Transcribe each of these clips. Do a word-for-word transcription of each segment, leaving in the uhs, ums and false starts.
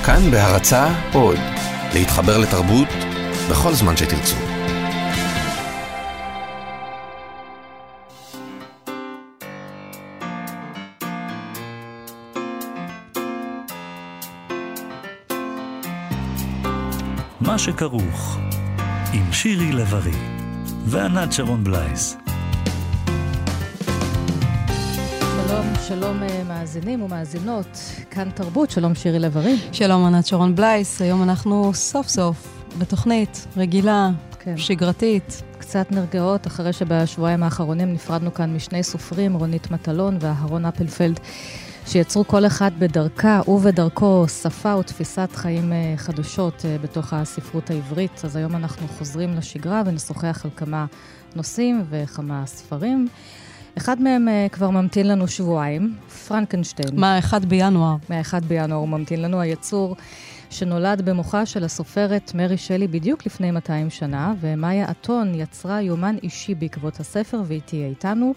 כאן בהרצאה עוד, להתחבר לתרבות בכל זמן שתרצו. מה שכרוך עם שירי לב-ארי וענת שרון בלייס. שלום, שלום מאזינים ומאזינות, כאן תרבות, שלום שירי לב-ארי. שלום ענת שרון בלייס, היום אנחנו סוף סוף בתוכנית רגילה, כן. שגרתית. קצת נרגעות אחרי שבשבועיים האחרונים נפרדנו כאן משני סופרים, רונית מטלון ואהרון אפלפלד, שיצרו כל אחד בדרכה ובדרכו שפה ותפיסת חיים חדשות בתוך הספרות העברית. אז היום אנחנו חוזרים לשגרה ונשוחח על כמה נושאים וכמה ספרים. אחד מהם כבר ממתין לנו שבועיים, פרנקנשטיין. מה, אחד בינואר? מה-אחד בינואר הוא ממתין לנו, היצור שנולד במוחה של הסופרת מרי שלי בדיוק לפני מאתיים שנה, ומאיה אתון יצרה יומן אישי בעקבות הספר, והיא תהיה איתנו.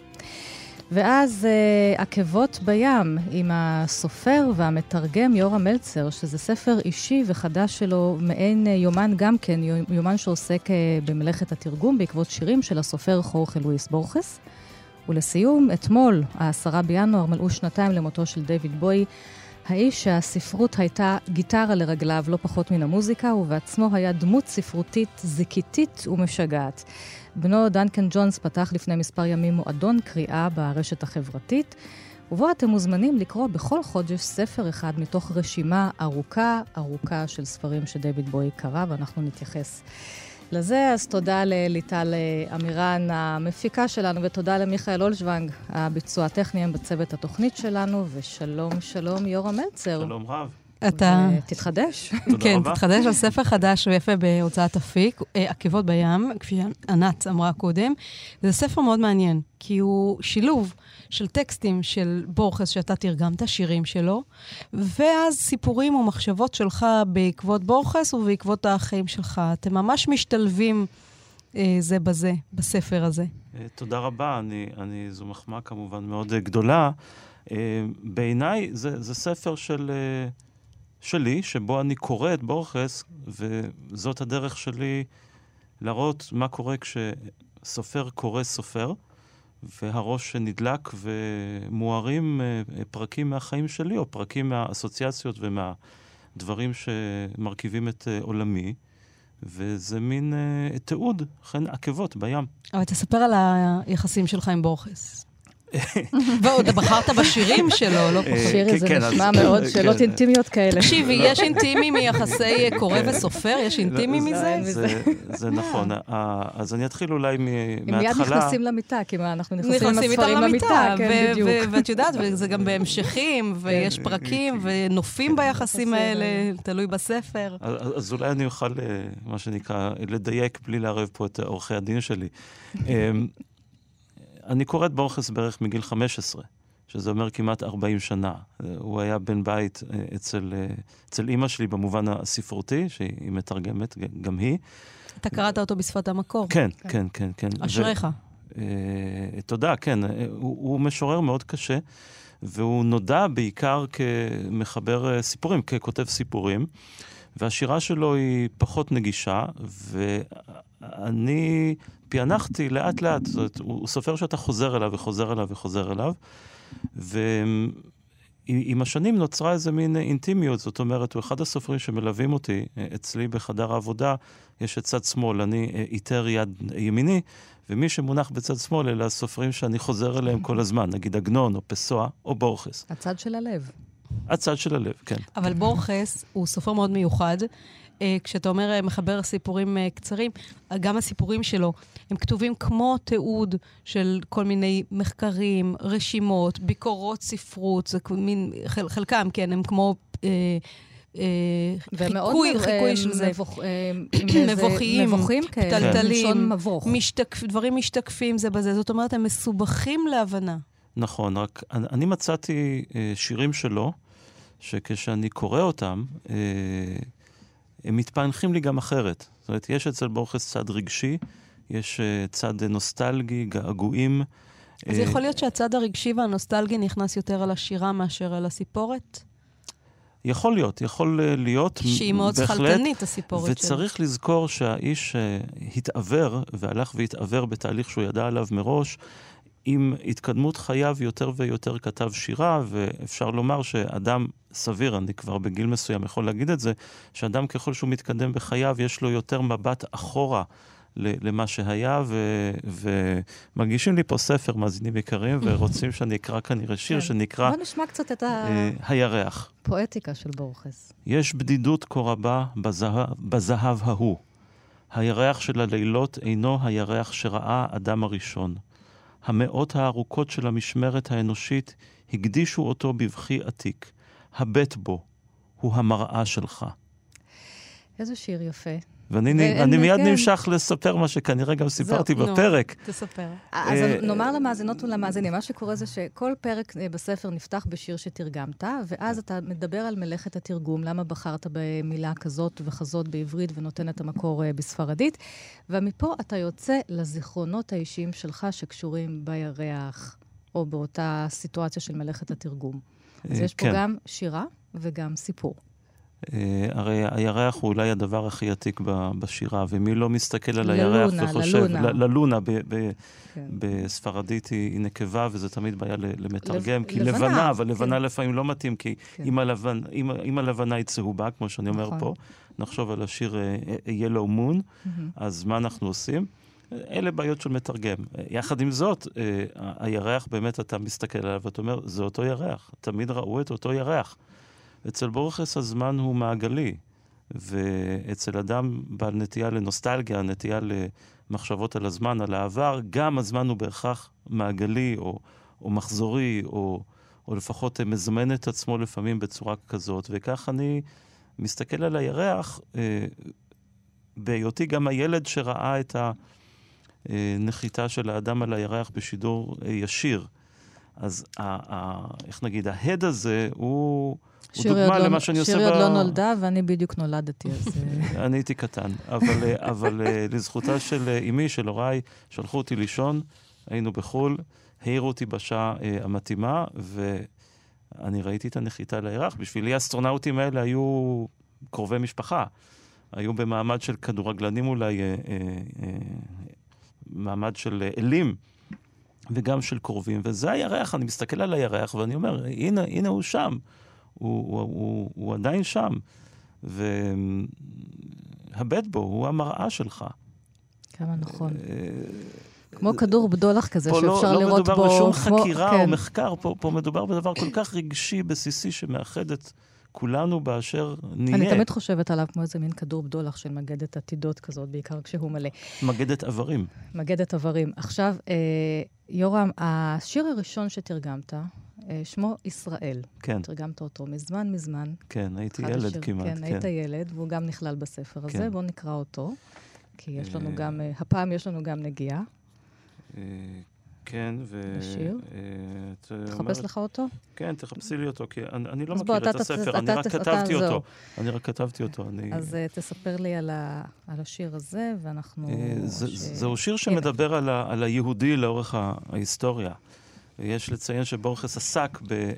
ואז uh, עקבות בים עם הסופר והמתרגם יורם מלצר, שזה ספר אישי וחדש שלו, מעין uh, יומן גם כן, יומן שעוסק uh, במלאכת התרגום בעקבות שירים של הסופר חורחה לואיס בורכס. ולסיום, אתמול, העשרה בינואר, מלאו שנתיים למותו של דיוויד בוי, האיש שהספרות הייתה גיטרה לרגליו, לא פחות מן המוזיקה, ובעצמו היה דמות ספרותית זיקיתית ומשגעת. בנו דנקן ג'ונס פתח לפני מספר ימים מועדון קריאה ברשת החברתית, ובו אתם מוזמנים לקרוא בכל חודש ספר אחד מתוך רשימה ארוכה, ארוכה של ספרים שדיוויד בוי קרא, ואנחנו נתייחס לזה. אז תודה לליטל אמירן, המפיקה שלנו, ותודה למיכאל אולשוונג, הביצוע הטכני בצוות התוכנית שלנו, ושלום, שלום יורם מלצר. שלום רב. אתה... תתחדש. כן, תתחדש על ספר חדש ויפה בהוצאת אפיק, עקבות בים, כפי ענת אמרה קודם. זה ספר מאוד מעניין, כי הוא שילוב של טקסטים של בורכס שאתה תרגמת, שירים שלו, ואז סיפורים ומחשבות שלך בעקבות בורכס ובעקבות החיים שלך. אתם ממש משתלבים אה, זה בזה, בספר הזה. תודה רבה, אני, אני, זו מחמאה כמובן מאוד גדולה. אה, בעיניי זה, זה ספר של... אה, שלי, שבו אני קורא את בורכס, וזאת הדרך שלי להראות מה קורה כשסופר קורא סופר, והראש נדלק ומוארים פרקים מהחיים שלי, או פרקים מהאסוציאציות ומהדברים שמרכיבים את עולמי, וזה מין תיעוד, לכן עקבות בים. אבל תספר על היחסים שלך עם בורכס. ועוד בחרת בשירים שלו, לא פחות. שירי זה נשמע מאוד שאלות אינטימיות כאלה. תקשיבי, יש אינטימי מיחסי קורא וסופר? יש אינטימי מזה? זה נכון. אז אני אתחיל אולי מההתחלה. הם מיד נכנסים למיטה, כי אנחנו נכנסים עם הספרים למיטה, כן, בדיוק. ואת יודעת, וזה גם בהמשכים, ויש פרקים, ונופים ביחסים האלה, תלוי בספר. אז אולי אני אוכל, מה שנקרא, לדייק בלי לערב פה את עורכי הדין שלי. אני קורא את בורכס בערך מגיל חמש עשרה, שזה אומר כמעט ארבעים שנה. הוא היה בן בית אצל, אצל אמא שלי במובן הספרותי, שהיא מתרגמת, גם היא. אתה קראת אותו בשפת המקור. כן, כן, כן. כן. אשריך. ו... תודה, כן. הוא, הוא משורר מאוד קשה, והוא נודע בעיקר כמחבר סיפורים, ככותב סיפורים, והשירה שלו היא פחות נגישה, ואני... פענחתי לאט לאט, זאת אומרת, הוא סופר שאתה חוזר אליו וחוזר אליו וחוזר אליו, ועם השנים נוצרה איזה מין אינטימיות, זאת אומרת, הוא אחד הסופרים שמלווים אותי, אצלי בחדר העבודה, יש את צד שמאל, אני איתר יד ימיני, ומי שמונח בצד שמאל, אלה הסופרים שאני חוזר אליהם כל הזמן, נגיד עגנון או פסוע או בורכס. הצד של הלב. הצד של הלב, כן. אבל בורכס הוא סופר מאוד מיוחד, כשאתה אומר מחבר סיפורים קצרים, גם הסיפורים שלו, הם כתובים כמו תיעוד של כל מיני מחקרים, רשימות, ביקורות ספרות, זה מין, חלקם, כן, הם כמו חיקוי, חיקוי של זה. מבוכים, פתלתלים, דברים משתקפים זה בזה, זאת אומרת, הם מסובכים להבנה. נכון, רק אני מצאתי שירים שלו, שכשאני קורא אותם, הם מתפענחים לי גם אחרת. זאת אומרת, יש אצל בורכס צד רגשי, יש צד נוסטלגי, געגועים. אז יכול להיות שהצד הרגשי והנוסטלגי נכנס יותר על השירה מאשר על הסיפורת? יכול להיות, יכול להיות שהיא מאוד שכלתנית, הסיפורת שלו. וצריך לזכור שהאיש התעבר, והלך והתעבר בתהליך שהוא ידע עליו מראש, עם התקדמות חייו יותר ויותר כתב שירה, ואפשר לומר שאדם סביר, אני כבר בגיל מסוים יכול להגיד את זה, שאדם ככל שהוא מתקדם בחייו, יש לו יותר מבט אחורה למה שהיה, ומגישים לי פה ספר, מאזינים יקרים, ורוצים שאני אקרא כנראה שיר שנקרא... בוא נשמע קצת את הירח. הפואטיקה של בורכס. יש בדידות כה רבה בזהב ההוא. הירח של הלילות אינו הירח שראה אדם הראשון. המאות הארוכות של המשמרת האנושית הקדישו אותו בבכי עתיק. הבט בו, הוא המראה שלך. איזה שיר יפה. ואני אני מיד נמשך לספר מה שכנראה גם סיפרתי בפרק. תספר. אז נאמר למאזינות ולמאזינים, מה שקורה זה שכל פרק בספר נפתח בשיר שתרגמת, ואז אתה מדבר על מלאכת התרגום, למה בחרת במילה כזאת וכזאת בעברית ונותן את המקור בספרדית, ומפה אתה יוצא לזיכרונות האישיים שלך שקשורים בירח, או באותה סיטואציה של מלאכת התרגום. אז יש פה גם שירה וגם סיפור. הרי הירח הוא אולי הדבר הכי עתיק בשירה, ומי לא מסתכל על הירח וחושב, ללונה, בספרדית היא נקבה, וזה תמיד בעיה למתרגם, כי לבנה, אבל לבנה לפעמים לא מתאים, כי אם הלבנה היא צהובה, כמו שאני אומר פה, נחשוב על השיר Yellow Moon, אז מה אנחנו עושים? אלה בעיות של מתרגם. יחד עם זאת, הירח באמת אתה מסתכל עליו, ואתה אומר, זה אותו ירח, תמיד ראו את אותו ירח. אצל בורכס הזמן הוא מעגלי, ואצל אדם בעל נטייה לנוסטלגיה, נטייה למחשבות על הזמן, על העבר, גם הזמן הוא בהכרח מעגלי או, או מחזורי, או, או לפחות מזמן את עצמו לפעמים בצורה כזאת, וכך אני מסתכל על הירח, אה, בהיותי גם הילד שראה את הנחיתה של האדם על הירח בשידור אה, ישיר. אז ה, ה, איך נגיד, ההד הזה הוא... שירי עוד, לא, שירי עוד ב... לא נולדה, ואני בדיוק נולדתי, אז... אני הייתי קטן, אבל, אבל לזכותה של אמי, של הוריי, שלחו אותי לישון, היינו בחול, העירו אותי בשעה המתאימה, ואני ראיתי את הנחיתה לירח. בשבילי האסטרונאוטים האלה היו קרובי משפחה, היו במעמד של כדורגלנים אולי, אה, אה, מעמד של אלים, וגם של קרובים, וזה הירח, אני מסתכל על הירח, ואני אומר, הנה, הנה הוא שם. הוא, הוא, הוא, הוא עדיין שם, והבט בו, הוא המראה שלך. כמה נכון. כמו כדור בדולח כזה, שאפשר לא, לראות בו... לא מדובר בשום חקירה כן. או מחקר, פה, פה מדובר בדבר כל כך רגשי, בסיסי, שמאחד את כולנו באשר נהיה. אני תמיד חושבת עליו כמו איזה מין כדור בדולח של מגדת עתידות כזאת, בעיקר כשהוא מלא. מגדת עברים. מגדת עברים. עכשיו, אה, יורם, השיר הראשון שתרגמת, שמו ישראל. כן. תרגמת אותו מזמן מזמן. כן, הייתי ילד השיר, כמעט. כן, כן, היית ילד, והוא גם נכלל בספר הזה. כן. בואו נקרא אותו, כי יש לנו גם, הפעם יש לנו גם נגיעה. כן, ו... בשיר. תחפש לך אותו? כן, תחפשי לי אותו, כי אני לא מכיר את הספר, אני רק כתבתי אותו. אני רק כתבתי אותו. אז תספר לי על השיר הזה, ואנחנו... זהו שיר שמדבר על היהודי לאורך ההיסטוריה. יש לציין שבורכס עסק ב...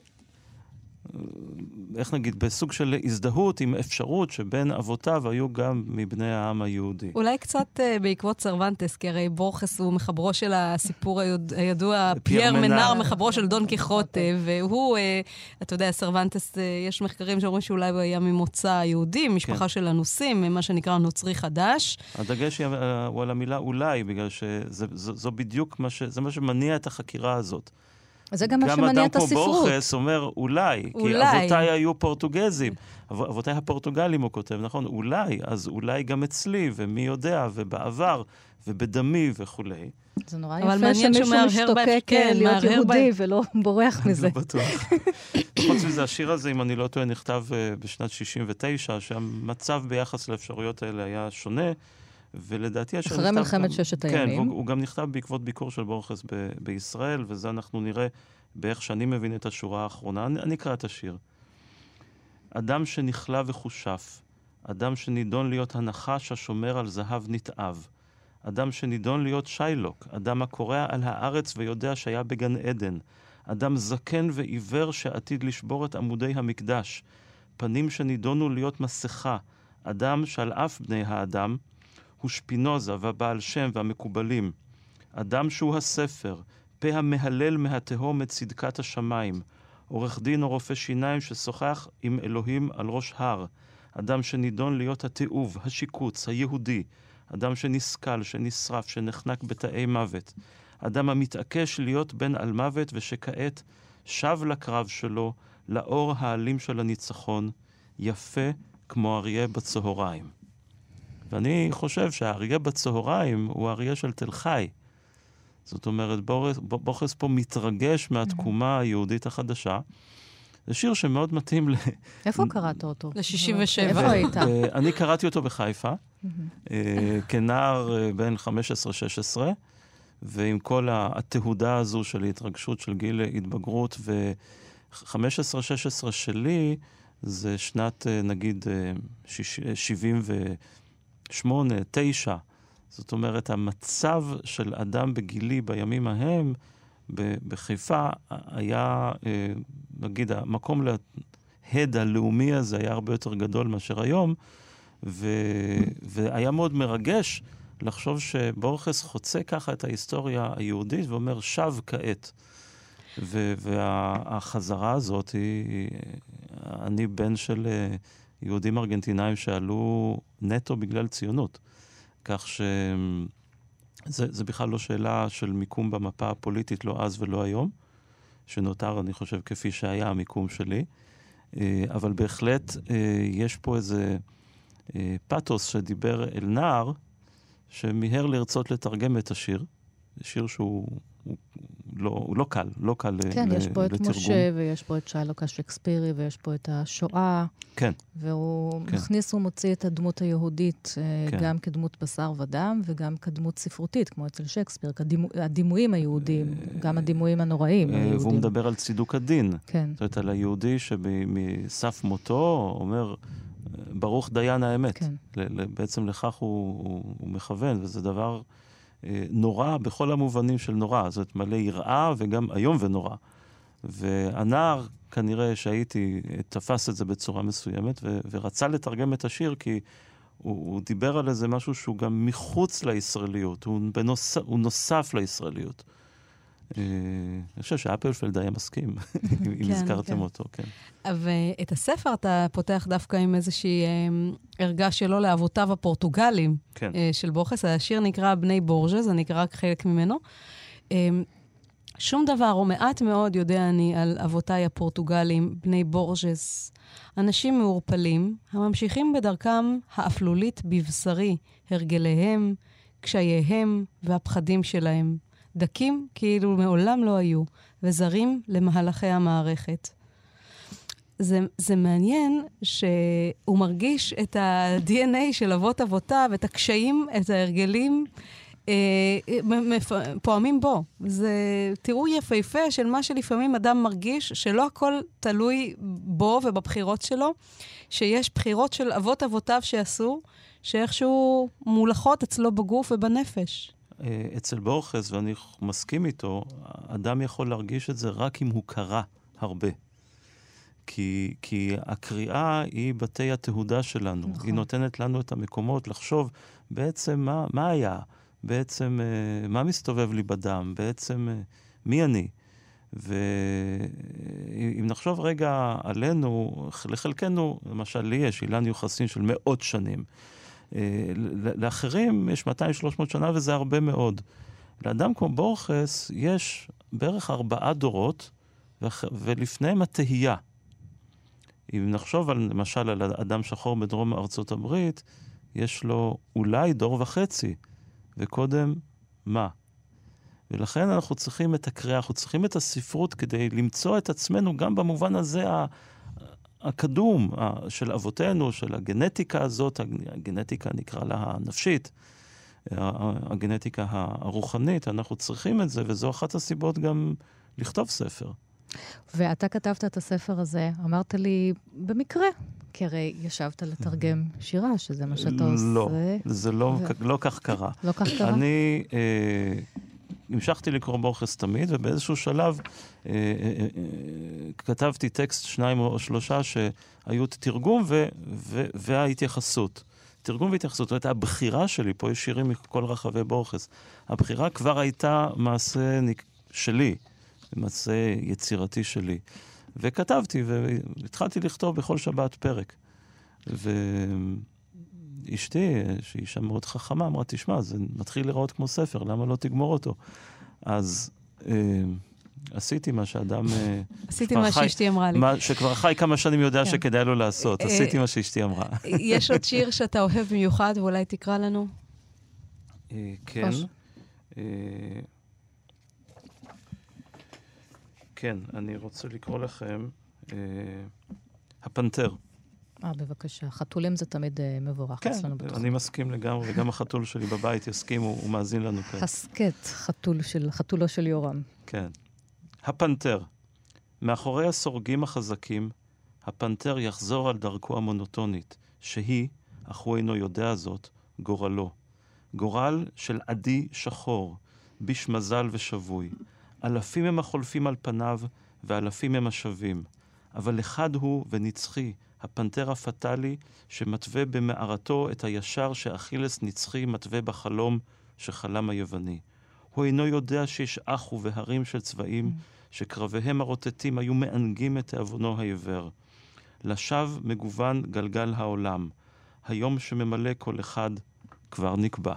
איך נגיד, בסוג של הזדהות עם אפשרות שבין אבותיו היו גם מבני העם היהודי. אולי קצת uh, בעקבות סרוונטס, כי הרי בורכס הוא מחברו של הסיפור היד... הידוע, פייר מנר, מחברו של דון קיחוטה, והוא, uh, אתה יודע, סרוונטס, uh, יש מחקרים שאומרים שאולי הוא היה ממוצא יהודי, משפחה כן. של אנוסים, מה שנקרא נוצרי חדש. הדגש הוא על המילה אולי, בגלל שזו בדיוק מה ש... זה מה שמניע את החקירה הזאת. זה גם מה שמניע את הספרות. גם אדם פה בורכס אומר אולי, אולי. כי אבותיי היו פורטוגזים. אב, אבותיי הפורטוגלים הוא כותב, נכון? אולי, אז אולי גם אצלי, ומי יודע, ובעבר, ובדמי וכו'. זה נורא יפה שמישהו משתוקק להיות יהודי ולא בורח מזה. לא בטוח. חוץ מזה, השיר הזה, אם אני לא טועה, נכתב בשנת שישים ותשע, שהמצב ביחס לאפשרויות האלה היה שונה, ולדעתי... אחרי מלחמת ששת הימים. כן, הוא גם נכתב בעקבות ביקור של בורכס ב- בישראל, וזה אנחנו נראה באיך שאני מבין את השורה האחרונה. אני, אני אקרא את השיר. אדם שנכלה וחושף, אדם שנידון להיות הנחש השומר על זהב נתעב, אדם שנידון להיות שיילוק, אדם הקורא על הארץ ויודע שהיה בגן עדן, אדם זקן ועיוור שעתיד לשבור את עמודי המקדש, פנים שנידונו להיות מסכה, אדם שעל אף בני האדם, הוא שפינוזה והבעל שם והמקובלים. אדם שהוא הספר, פה המהלל מהתהום את צדקת השמיים, עורך דין או רופא שיניים ששוחח עם אלוהים על ראש הר, אדם שנידון להיות התיעוב, השיקוץ, היהודי, אדם שנסכל, שנשרף, שנחנק בתאי מוות, אדם המתעקש להיות בן על מוות ושכעת שב לקרב שלו, לאור העלים של הניצחון, יפה כמו אריה בצהריים. ואני חושב שהאריה בצהריים הוא האריה של תל חי. זאת אומרת, בורכס, בורכס פה מתרגש מהתקומה היהודית החדשה. זה שיר שמאוד מתאים ל... איפה קראת אותו? ל-שישים ושבע. איפה היית? אני קראתי אותו בחיפה, כנער בן חמש עשרה שש עשרה, ועם כל התהודה הזו של התרגשות של גיל התבגרות, ו-חמש עשרה שש עשרה שלי זה שנת, נגיד, שבעים ושמונה, תשע. זאת אומרת, המצב של אדם בגילי בימים ההם, בחיפה, היה, נגיד, המקום להד הלאומי הזה היה הרבה יותר גדול מאשר היום, ו... והיה מאוד מרגש לחשוב שבורכס חוצה ככה את ההיסטוריה היהודית ואומר, שב כעת. ו... והחזרה הזאת היא, אני בן של יהודים ארגנטינאים שעלו נטו בגלל ציונות. כך שזה זה בכלל לא שאלה של מיקום במפה הפוליטית, לא אז ולא היום, שנותר, אני חושב, כפי שהיה המיקום שלי. אבל בהחלט יש פה איזה פאטוס שדיבר אל נער, שמיהר לרצות לתרגם את השיר. שיר שהוא הוא לא, הוא לא קל, לא קל לתרגום. כן, יש פה את משה, ויש פה את שיילוק השקספירי, ויש פה את השואה. כן. והוא כן. מכניס ומוציא את הדמות היהודית, כן. גם כדמות בשר ודם, וגם כדמות ספרותית, כמו אצל שייקספיר, כדימו, הדימויים היהודיים, גם הדימויים הנוראים היהודים. והוא מדבר על צידוק הדין. כן. זאת אומרת, על היהודי שמסף מותו אומר, ברוך דיין האמת. כן. בעצם לכך הוא, הוא, הוא מכוון, וזה דבר נורא בכל המובנים של נורא. זאת מלא יראה וגם היום ונורא. והנער, כנראה שהייתי, תפס את זה בצורה מסוימת, ו- ורצה לתרגם את השיר, כי הוא, הוא דיבר על איזה משהו שהוא גם מחוץ לישראליות, הוא, בנוס, הוא נוסף לישראליות. אני חושב שאפלפלד היה מסכים, אם הזכרתם אותו, כן. ואת הספר אתה פותח דווקא עם איזושהי הרגה שלו לאבותיו הפורטוגלים של בורכס. השיר נקרא בני בורג'ה, זה נקרא רק חלק ממנו. שום דבר, או מעט מאוד יודע אני על אבותיי הפורטוגלים, בני בורג'ס, אנשים מעורפלים, הממשיכים בדרכם האפלולית בבשרי, הרגליהם, קשייהם והפחדים שלהם. דקים כאילו מעולם לא היו, וזרים למהלכי המערכת. זה, זה מעניין שהוא מרגיש את ה-די אן איי של אבות אבותיו, את הקשיים, את ההרגלים, אה, מפ... פועמים בו. זה תיאור יפהפה של מה שלפעמים אדם מרגיש, שלא הכל תלוי בו ובבחירות שלו, שיש בחירות של אבות אבותיו שעשו, שאיכשהו מולכות אצלו בגוף ובנפש. אצל בורכס, ואני מסכים איתו, אדם יכול להרגיש את זה רק אם הוא קרא הרבה. כי, כי הקריאה היא בתי התהודה שלנו. נכון. היא נותנת לנו את המקומות לחשוב בעצם מה, מה היה, בעצם מה מסתובב לי בדם, בעצם מי אני. ואם נחשוב רגע עלינו, לחלקנו, למשל לי יש אילן יוחסין של מאות שנים. לאחרים יש מאתיים שלוש מאות שנה וזה הרבה מאוד. לאדם כמו בורכס יש בערך ארבעה דורות ולפניהם התהייה. אם נחשוב על, למשל על אדם שחור בדרום ארצות הברית, יש לו אולי דור וחצי, וקודם מה? ולכן אנחנו צריכים את הקריאה, אנחנו צריכים את הספרות כדי למצוא את עצמנו גם במובן הזה ה... הקדום של אבותינו, של הגנטיקה הזאת, הגנטיקה נקרא לה הנפשית, הגנטיקה הרוחנית, אנחנו צריכים את זה, וזו אחת הסיבות גם לכתוב ספר. ואתה כתבת את הספר הזה, אמרת לי, במקרה, כי הרי ישבת לתרגם שירה, שזה מה שאתה עושה. לא, זה לא, לא כך קרה. לא כך קרה? אני המשכתי לקרוא בורכס תמיד, ובאיזשהו שלב אה, אה, אה, כתבתי טקסט שניים או שלושה שהיו תרגום ו, ו, וההתייחסות. תרגום והתייחסות, זאת אומרת, הבחירה שלי, פה יש שירים מכל רחבי בורכס, הבחירה כבר הייתה מעשה שלי, מעשה יצירתי שלי. וכתבתי, והתחלתי לכתוב בכל שבת פרק. ואשתי, שהיא אישה מאוד חכמה, אמרה, תשמע, זה מתחיל לראות כמו ספר, למה לא תגמור אותו? אז אה, עשיתי מה שאדם... אה, עשיתי מה שאשתי אמרה לי. מה, שכבר חי כמה שנים יודע כן. שכדאי לו לעשות. אה, עשיתי מה שאשתי אמרה. יש עוד שיר שאתה אוהב במיוחד, ואולי תקרא לנו? אה, כן. אה, כן, אני רוצה לקרוא לכם אה, הפנתר. אה, בבקשה. חתולים זה תמיד אה, מבורך. כן, בתוך. אני מסכים לגמרי, וגם החתול שלי בבית יסכים, הוא, הוא מאזין לנו כאן. הסקט, חתול של, חתולו של יורם. כן. הפנתר. מאחורי הסורגים החזקים, הפנתר יחזור על דרכו המונוטונית, שהיא, אך הוא אינו יודע זאת, גורלו. גורל של עדי שחור, ביש מזל ושבוי. אלפים הם החולפים על פניו, ואלפים הם השווים. אבל אחד הוא ונצחי, הפנתר הפטלי, שמתווה במערתו את הישר שאכילס נצחי מתווה בחלום שחלם היווני. הוא אינו יודע שיש אח ובהרים של צבעים, שקרביהם הרוטטים היו מענגים את תאבונו העיוור. לשווא מגוון גלגל העולם. היום שממלא כל אחד כבר נקבע.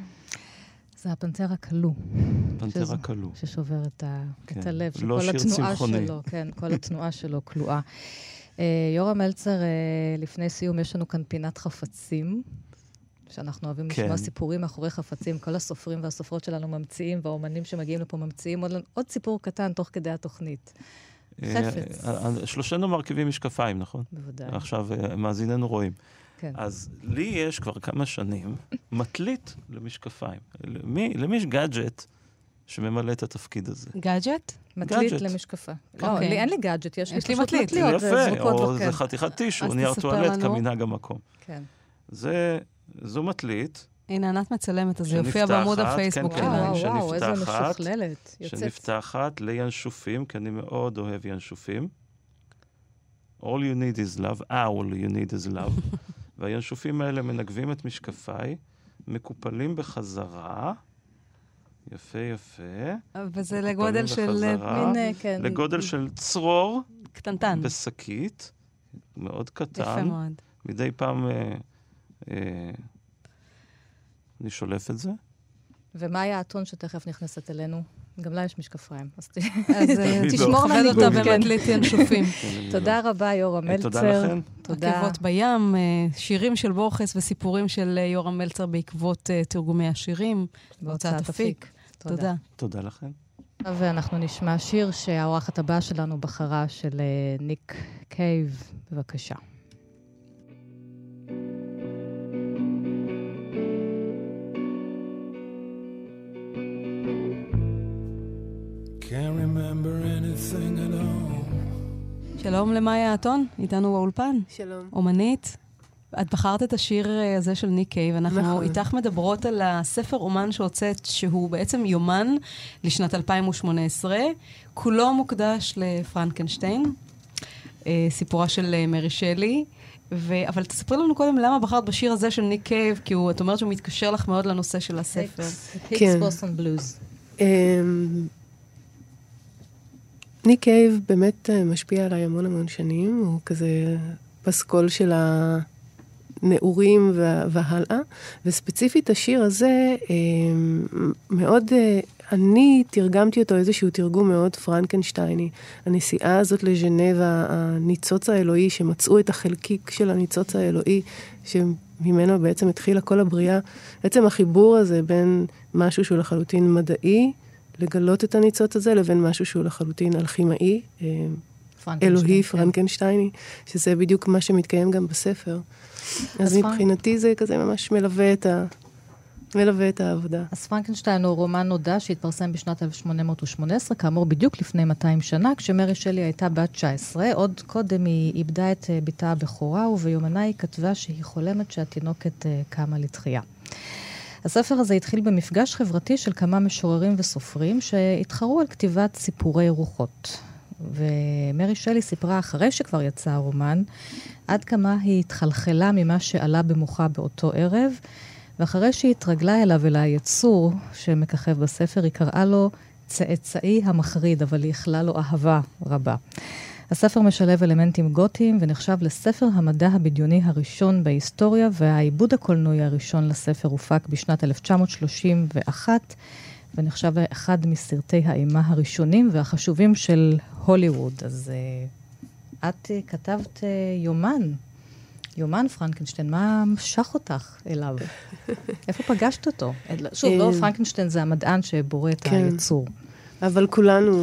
זה הפנתר הכלוא. פנתר שזו, הכלוא. ששובר את, ה, כן. את הלב, לא שכל שיר התנועה צמחוני. שלו, כן, כל התנועה שלו כלואה. Uh, יורם מלצר, uh, לפני סיום יש לנו כאן פינת חפצים, שאנחנו אוהבים כן. לשמוע סיפורים מאחורי חפצים. כל הסופרים והסופרות שלנו ממציאים, והאומנים שמגיעים לפה ממציאים. עוד, עוד סיפור קטן תוך כדי התוכנית. חפץ. שלושנו מרכיבים משקפיים, נכון? בוודאי. עכשיו מאזיננו רואים. כן. אז לי יש כבר כמה שנים מטלית למשקפיים. למי, למי יש גאדג'ט שממלא את התפקיד הזה? גאדג'ט? מטלית גאדג'ט. למשקפה. לא, אוקיי. לי אין לי גאדג'ט, יש לי יש לי פשוט מטלית. מטליות. יפה, זרוקות או לו, זה כן. חתיכת טישו, אז נייר תספר טואלט לנו. כמנהג המקום. כן. זה, זו מטלית הנה, ענת מצלמת, אז זה יופיע שנפתחת, בעמוד כן, הפייסבוק כן. שלנו. וואו, וואו, איזה שנפתחת, משוכללת. יוצאת. שנפתחת לינשופים, כי אני מאוד אוהב ינשופים. All you need is love, all you need is love. והינשופים האלה מנגבים את משקפיי, מקופלים בחזרה, יפה יפה. וזה לגודל של בחזרה. מין, אה, כן. לגודל של צרור קטנטן. בשקית, מאוד קטן. יפה מאוד. מדי פעם אה, אה, אני שולף את זה. ומה היה האתון שתכף נכנסת אלינו? גם לה יש משקפיים. אז ת- אז אה, תמיד תשמור לא. תכבד אותה כן. במטלית ינשופים. תודה רבה, יורם אה, מלצר. תודה לכם. תודה. עקבות בים, אה, שירים של בורכס וסיפורים של אה, יורם מלצר בעקבות אה, תרגומי השירים. בהוצאת אפיק. תודה. תודה לכם. ואנחנו נשמע שיר שהאורחת הבאה שלנו בחרה של אה, ניק קייב. בבקשה. Can't remember anything at all. שלום למאיה אתון, איתנו באולפן. שלום. אומנית. את בחרת את השיר הזה של ניק קייב, אנחנו נכון. איתך מדברות על הספר אומן שהוצאת, שהוא בעצם יומן לשנת אלפיים ושמונה עשרה, כולו מוקדש לפרנקנשטיין, אה, סיפורה של אה, מרי שלי, ו... אבל תספרי לנו קודם למה בחרת בשיר הזה של ניק קייב, כי הוא, את אומרת שהוא מתקשר לך מאוד לנושא של הספר. היקס כן. בוסטון בלוז. אמ, ניק קייב באמת אה, משפיע עליי המון המון שנים, הוא כזה פסקול של הנעורים וה- והלאה, וספציפית השיר הזה, אמ, מאוד, אה, אני תרגמתי אותו איזשהו תרגום מאוד פרנקנשטייני. הנסיעה הזאת לז'נבה, הניצוץ האלוהי, שמצאו את החלקיק של הניצוץ האלוהי, שממנו בעצם התחילה כל הבריאה. בעצם החיבור הזה בין משהו שהוא לחלוטין מדעי, לגלות את הניצוץ הזה, לבין משהו שהוא לחלוטין אלכימאי, אה, פרנקנשטיין, אלוהי, כן. פרנקנשטייני, שזה בדיוק מה שמתקיים גם בספר. אז אז פרנק- מבחינתי זה כזה ממש מלווה את ה... מלווה את העבודה. אז פרנקנשטיין הוא רומן נודע שהתפרסם בשנת אלף שמונה מאות ושמונה עשרה, כאמור בדיוק לפני מאתיים שנה, כשמרי שלי הייתה בת תשע עשרה. עוד קודם היא איבדה את אה, בתה הבכורה, וביומנה היא כתבה שהיא חולמת שהתינוקת אה, קמה לתחייה. הספר הזה התחיל במפגש חברתי של כמה משוררים וסופרים שהתחרו על כתיבת סיפורי רוחות. ומרי שלי סיפרה אחרי שכבר יצא הרומן, עד כמה היא התחלחלה ממה שעלה במוחה באותו ערב, ואחרי שהיא התרגלה אליו אל היצור שמככב בספר, היא קראה לו צאצאי המחריד, אבל היא הכלה לו אהבה רבה. הספר משלב אלמנטים גותיים ונחשב לספר המדע הבדיוני הראשון בהיסטוריה, והעיבוד הקולנועי הראשון לספר הופק בשנת אלף תשע מאות שלושים ואחת, ונחשב לאחד מסרטי האימה הראשונים והחשובים של הוליווד. אז uh, את uh, כתבת uh, יומן, יומן פרנקנשטיין, מה משך אותך אליו? איפה פגשת אותו? שוב, לא פרנקנשטיין זה המדען שבורא את היצור. אבל כולנו,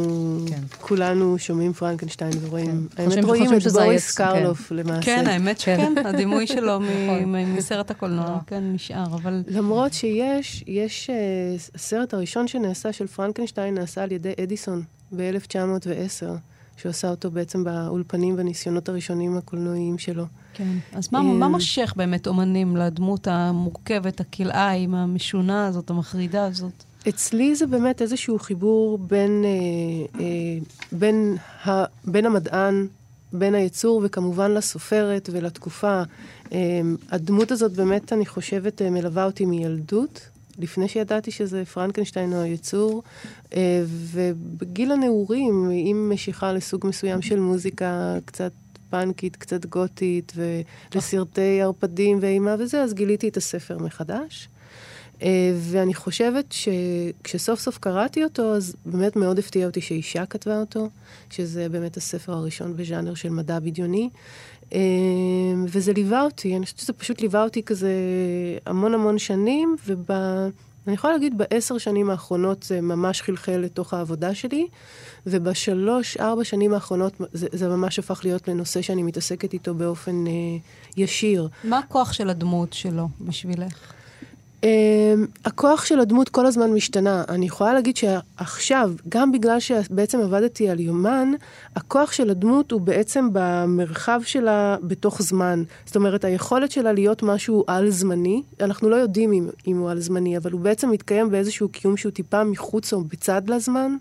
כולנו שומעים פרנקנשטיין ורואים, האמת רואים את בוריס קרלוף למעשה. כן, האמת שכן, הדימוי שלו מסרט הקולנוע, כן, נשאר, אבל... למרות שיש, יש, הסרט הראשון שנעשה של פרנקנשטיין נעשה על ידי אדיסון ב-אלף תשע מאות ועשר, שהוא עשה אותו בעצם באולפנים בניסיונות הראשונים הקולנועיים שלו. כן, אז מה, מה מושך באמת אומנים לדמות המורכבת, הכלאיים, המשונה הזאת, המחרידה הזאת? אצלי זה באמת איזשהו חיבור בין, אה, אה, בין, ה, בין המדען, בין היצור, וכמובן לסופרת ולתקופה. אה, הדמות הזאת באמת, אני חושבת, מלווה אותי מילדות, לפני שידעתי שזה פרנקנשטיין או היצור, אה, ובגיל הנעורים, עם משיכה לסוג מסוים של מוזיקה קצת פאנקית, קצת גותית, ולסרטי ערפדים ואימה וזה, אז גיליתי את הספר מחדש. Uh, ואני חושבת שכשסוף סוף קראתי אותו, אז באמת מאוד הפתיע אותי שאישה כתבה אותו, שזה באמת הספר הראשון בז'אנר של מדע בדיוני. Uh, וזה ליווה אותי, אני חושבת שזה פשוט ליווה אותי כזה המון המון שנים, ואני יכולה להגיד, בעשר שנים האחרונות זה ממש חלחל לתוך העבודה שלי, ובשלוש, ארבע שנים האחרונות זה, זה ממש הפך להיות לנושא שאני מתעסקת איתו באופן uh, ישיר. מה הכוח של הדמות שלו בשבילך? Um, הכוח של הדמות כל הזמן משתנה. אני יכולה להגיד שעכשיו, גם בגלל שבעצם עבדתי על יומן, הכוח של הדמות הוא בעצם במרחב שלה בתוך זמן. זאת אומרת, היכולת שלה להיות משהו על זמני, אנחנו לא יודעים אם, אם הוא על זמני, אבל הוא בעצם מתקיים באיזשהו קיום שהוא טיפה מחוץ או בצד לזמן,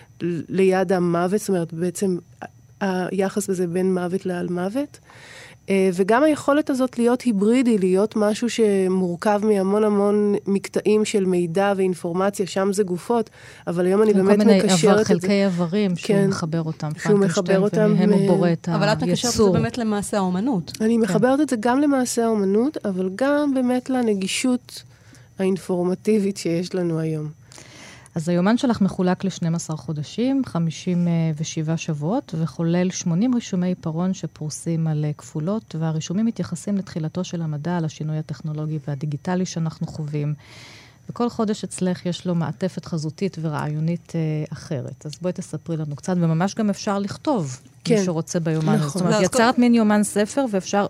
ליד המוות, זאת אומרת, בעצם היחס בזה בין מוות לעל מוות. וגם היכולת הזאת להיות היברידי, להיות משהו שמורכב מהמון המון מקטעים של מידע ואינפורמציה, שם זה גופות, אבל היום אני באמת מקשרת את זה. כל מיני חלקי עברים שהוא מחבר אותם, פרנקנשטיין, ומהם הוא בורא את היצור. אבל את מקשרת את זה באמת למעשה האומנות. אני מחברת את זה גם למעשה האומנות, אבל גם באמת לנגישות האינפורמטיבית שיש לנו היום. אז היומן שלך מחולק ל-שנים עשר חודשים, חמישים ושבעה שבועות, וכולל שמונים רישומי פרון שפורסים על כפולות, והרישומים מתייחסים לתחילתו של המדע, לשינוי הטכנולוגי והדיגיטלי שאנחנו חווים. וכל חודש אצלך יש לו מעטפת חזותית ורעיונית אה, אחרת. אז בואי תספרי לנו קצת, וממש גם אפשר לכתוב. כן. מי שרוצה ביומן. נכון. זאת אומרת, יצרת מין יומן ספר, ואפשר,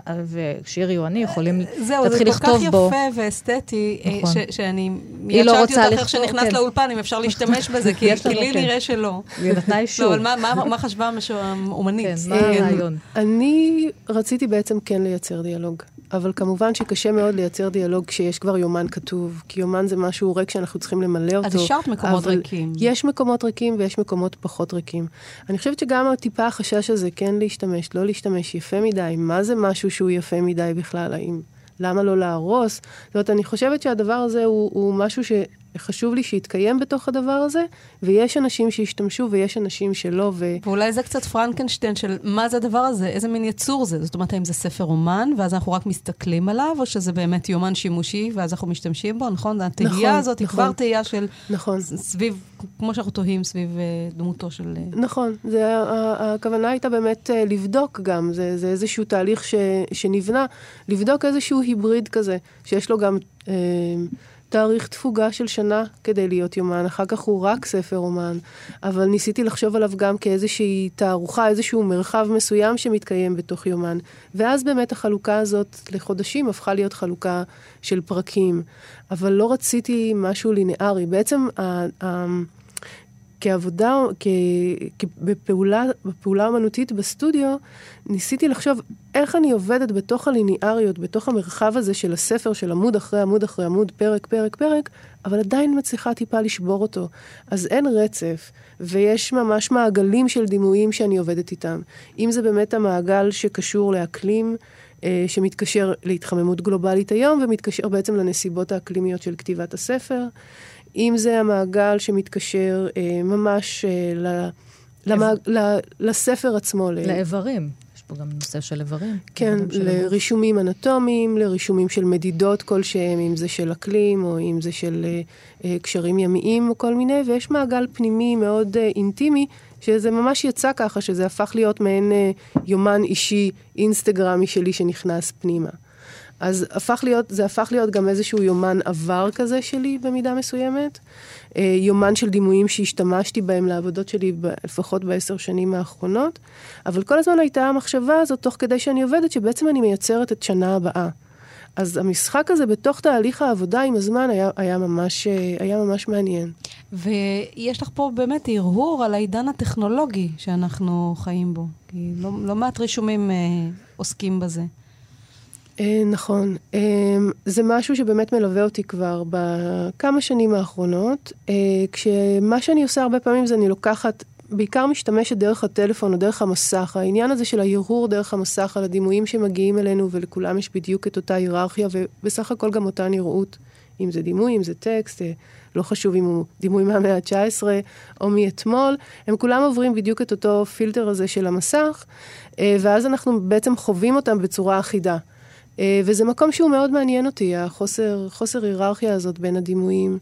ושירי או אני יכולים להתחיל לכתוב בו. זהו, זה כל כך יפה ואסתטי, שאני מיד שאלתי אותך איך שנכנס לאולפן, אם אפשר להשתמש בזה, כי לי נראה שלא. היא נתנה אישור. אבל מה חשבה האומנית? כן, מה הרעיון? אני רציתי בעצם כן לייצר דיאלוג. אבל כמובן שקשה מאוד לייצר דיאלוג כשיש כבר יומן כתוב, כי יומן זה משהו ריק שאנחנו צריכים למלא אותו. אז השארת מקומות ריקים. יש מקומות ריקים ויש מקומות פחות ריקים. אני חושבת שגם הטיפה החשש הזה כן להשתמש, לא להשתמש יפה מדי, מה זה משהו שהוא יפה מדי בכלל, האם, למה לא להרוס? זאת אומרת, אני חושבת שהדבר הזה הוא, הוא משהו שחשוב לי שיתקיים בתוך הדבר הזה, ויש אנשים שישתמשו ויש אנשים שלא. ו... ואולי זה קצת פרנקנשטיין של מה זה הדבר הזה, איזה מין יצור זה. זאת אומרת, האם זה ספר אומן, ואז אנחנו רק מסתכלים עליו, או שזה באמת יומן שימושי, ואז אנחנו משתמשים בו, נכון? התהייה נכון, הזאת היא נכון. כבר תהייה של נכון. סביב, כמו שאנחנו תוהים, סביב דמותו של... נכון. זה, הכוונה הייתה באמת לבדוק גם. זה, זה איזשהו תהליך ש, שנבנה, לבדוק איזשהו היבריד כזה, שיש לו גם... אה, תאריך תפוגה של שנה כדי להיות יומן, אחר כך הוא רק ספר אומן, אבל ניסיתי לחשוב עליו גם כאיזושהי תערוכה, איזשהו מרחב מסוים שמתקיים בתוך יומן, ואז באמת החלוקה הזאת לחודשים הפכה להיות חלוקה של פרקים, אבל לא רציתי משהו לינארי, בעצם ה- ה- כעבודה, כ, כבפעולה, בפעולה אמנותית בסטודיו, ניסיתי לחשוב איך אני עובדת בתוך הליניאריות, בתוך המרחב הזה של הספר, של עמוד אחרי עמוד אחרי עמוד, פרק, פרק, פרק, אבל עדיין מצליחה טיפה לשבור אותו. אז אין רצף, ויש ממש מעגלים של דימויים שאני עובדת איתם. אם זה באמת המעגל שקשור לאקלים, אה, שמתקשר להתחממות גלובלית היום, ומתקשר בעצם לנסיבות האקלימיות של כתיבת הספר, אם זה המעגל שמתקשר אה, ממש אה, ל, למעג, ל, לספר עצמו. לאיברים. יש פה גם נושא של איברים. כן, לרישומים אנטומיים, לרישומים של מדידות כלשהם, אם זה של אקלים, או אם זה של אה, אה, קשרים ימיים, או כל מיני, ויש מעגל פנימי מאוד אה, אינטימי, שזה ממש יצא ככה, שזה הפך להיות מעין אה, יומן אישי, אינסטגרמי שלי שנכנס פנימה. אז הפך להיות, זה הפך להיות גם איזשהו יומן עבר כזה שלי במידה מסוימת. יומן של דימויים שהשתמשתי בהם לעבודות שלי לפחות בעשר שנים האחרונות. אבל כל הזמן הייתה המחשבה הזאת, תוך כדי שאני עובדת, שבעצם אני מייצרת את שנה הבאה. אז המשחק הזה בתוך תהליך העבודה עם הזמן היה, היה, ממש, היה ממש מעניין. ויש לך פה באמת הרהור על העידן הטכנולוגי שאנחנו חיים בו. כי לא, לא מעט רישומים אה, עוסקים בזה. נכון. זה משהו שבאמת מלווה אותי כבר בכמה שנים האחרונות, כשמה שאני עושה הרבה פעמים זה אני לוקחת, בעיקר משתמשת דרך הטלפון או דרך המסך, העניין הזה של ההרהור דרך המסך על הדימויים שמגיעים אלינו, ולכולם יש בדיוק את אותה היררכיה, ובסך הכל גם אותה נראות, אם זה דימוי, אם זה טקסט, לא חשוב אם הוא דימוי מהמאה ה-תשע עשרה או מאתמול, הם כולם עוברים בדיוק את אותו פילטר הזה של המסך, ואז אנחנו בעצם חווים אותם בצורה אחידה. וזה מקום שהוא מאוד מעניין אותי, החוסר, חוסר היררכיה הזאת בין הדימויים.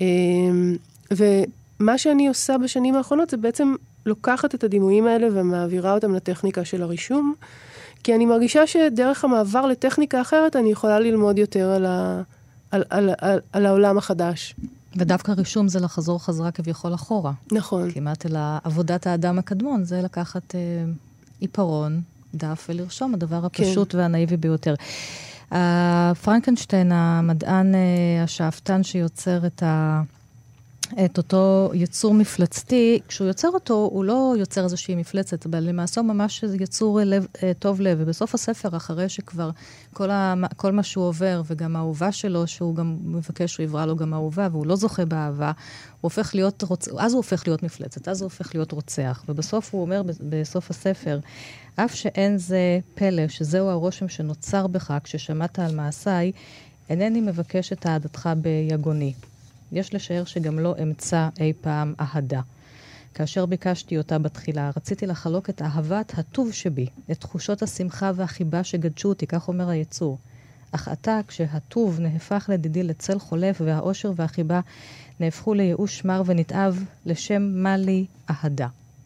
ומה שאני עושה בשנים האחרונות זה בעצם לוקחת את הדימויים האלה ומעבירה אותם לטכניקה של הרישום, כי אני מרגישה שדרך המעבר לטכניקה אחרת אני יכולה ללמוד יותר על, ה, על, על, על, על העולם החדש. ודווקא רישום זה לחזור חזרה כביכול אחורה. נכון. כמעט אל עבודת האדם הקדמון, זה לקחת אה, עיפרון, דף ולרשום, הדבר הפשוט כן. והנאיבי ביותר. Uh, פרנקנשטיין, המדען, uh, השאפתן שיוצר את, ה, את אותו יצור מפלצתי, כשהוא יוצר אותו, הוא לא יוצר איזושהי מפלצת, אבל למעשה ממש יצור לב, uh, טוב לב, ובסוף הספר, אחרי שכבר כל, ה, כל מה שהוא עובר, וגם האהובה שלו, שהוא גם מבקש, הוא יברא לו גם האהובה, והוא לא זוכה באהבה, הוא הופך להיות, רוצ... אז הוא הופך להיות מפלצת, אז הוא הופך להיות רוצח, ובסוף הוא אומר, בסוף הספר, אף שאין זה פלא, שזהו הרושם שנוצר בך כששמעת על מעשיי, אינני מבקש את אהדתך ביגוני. יש לשער שגם לא אמצא אי פעם אהדה. כאשר ביקשתי אותה בתחילה, רציתי לחלוק את אהבת הטוב שבי, את תחושות השמחה והחיבה שגדשו אותי, כך אומר היצור. אך אתה, כשהטוב נהפך לדידי לצל חולף, והאושר והחיבה נהפכו לייאוש מר ונתאב, לשם מה לי אהדה.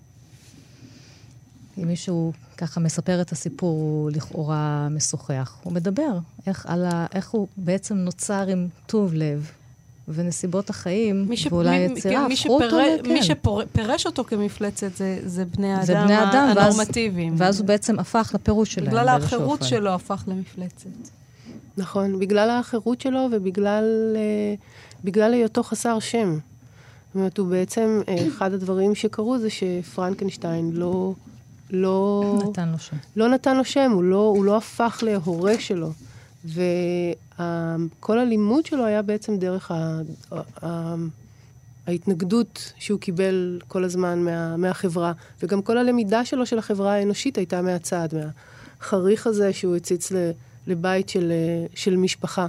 אם מישהו ככה מספר את הסיפור, הוא לכאורה משוחח. הוא מדבר איך, על ה, איך הוא בעצם נוצר עם טוב לב ונסיבות החיים, ש... ואולי יצירה, הפכו אותו לכן. מי שפרש אותו כמפלצת זה, זה בני האדם, זה בני האדם הנורמטיביים. ואז, ואז הוא בעצם הפך לפירוש שלהם. בגלל האחרות שלו הפך למפלצת. נכון, בגלל האחרות שלו ובגלל בגלל היותו חסר שם. זאת אומרת, הוא בעצם, אחד הדברים שקרו זה שפרנקנשטיין לא... לא נתן לו שם. לא נתן לו שם, הוא לא, הוא לא הפך להורה שלו. וכל הלימוד שלו היה בעצם דרך ה, ה, ההתנגדות שהוא קיבל כל הזמן מה, מהחברה. וגם כל הלמידה שלו של החברה האנושית הייתה מהצד, מהחריך הזה שהוא הציץ לבית של, של משפחה.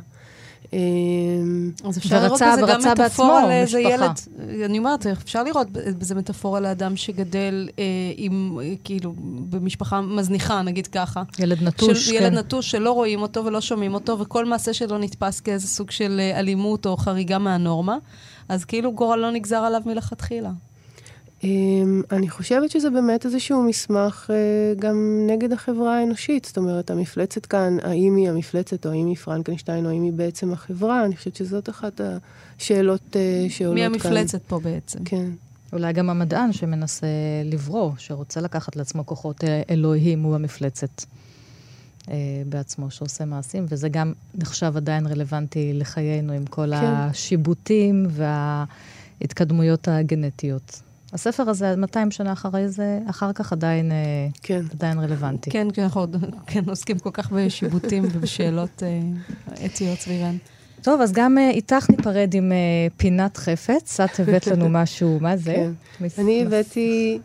אז אפשר לראות בזה גם מטאפורה לאיזה ילד, אני אומרת, אפשר לראות בזה מטאפורה לאדם שגדל עם, כאילו, במשפחה מזניחה, נגיד ככה. ילד נטוש, כן. ילד נטוש שלא רואים אותו ולא שומעים אותו, וכל מעשה שלו נתפס כאיזה סוג של אלימות או חריגה מהנורמה, אז כאילו גורל לא נגזר עליו מלכתחילה. אני חושבת שזה באמת איזשהו מסמך גם נגד החברה האנושית. זאת אומרת, המפלצת כאן, האם היא המפלצת, או האם היא פרנקנשטיין, או האם היא בעצם החברה, אני חושבת שזאת אחת השאלות שעולות כאן. מי המפלצת פה בעצם? כן. אולי גם המדען שמנסה לברוא, שרוצה לקחת לעצמו כוחות אלוהים, הוא המפלצת בעצמו, שעושה מעשים, וזה גם נחשב עדיין רלוונטי לחיינו, עם כל השיבוטים וההתקדמויות הגנטיות. הספר הזה, מאתיים שנה אחרי זה, אחר כך עדיין, כן. עדיין רלוונטי. כן, כי אנחנו כן, עוסקים כל כך בשיבוטים ובשאלות אתיות סביבן. טוב, אז גם איתך ניפרד עם פינת חפץ. את הבאת לנו משהו, מה זה? כן. אני הבאתי...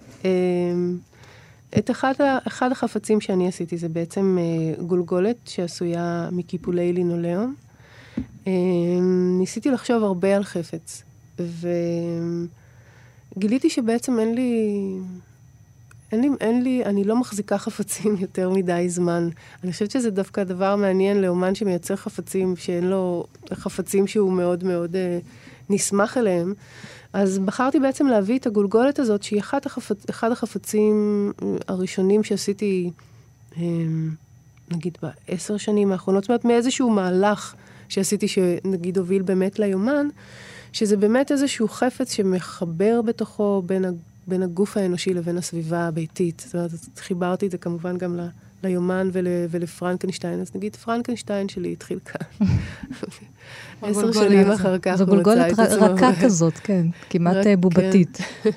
את אחד, אחד החפצים שאני עשיתי, זה בעצם גולגולת שעשויה מקיפולי לינולאום. ניסיתי לחשוב הרבה על חפץ, וגיליתי שבעצם אין לי, אין לי, אין לי, אני לא מחזיקה חפצים יותר מדי זמן. אני חושבת שזה דווקא דבר מעניין לאומן שמייצר חפצים, שאין לו חפצים שהוא מאוד מאוד נשמח אליהם. אז בחרתי בעצם להביא את הגולגולת הזאת, שהיא אחד, החפצ... אחד החפצים הראשונים שעשיתי, נגיד, בעשר שנים האחרונות, זאת אומרת, מאיזשהו מהלך שעשיתי, שנגיד הוביל באמת ליומן, שזה באמת איזשהו חפץ שמחבר בתוכו בין, ה... בין הגוף האנושי לבין הסביבה הביתית. זאת אומרת, חיברתי את זה כמובן גם ל... ליומן ול... ולפרנקנשטיין. אז נגיד, פרנקנשטיין שלי התחיל כאן. עשר שנים אחר כך. זו גולגולת רכה כזאת, כן. כמעט בובתית.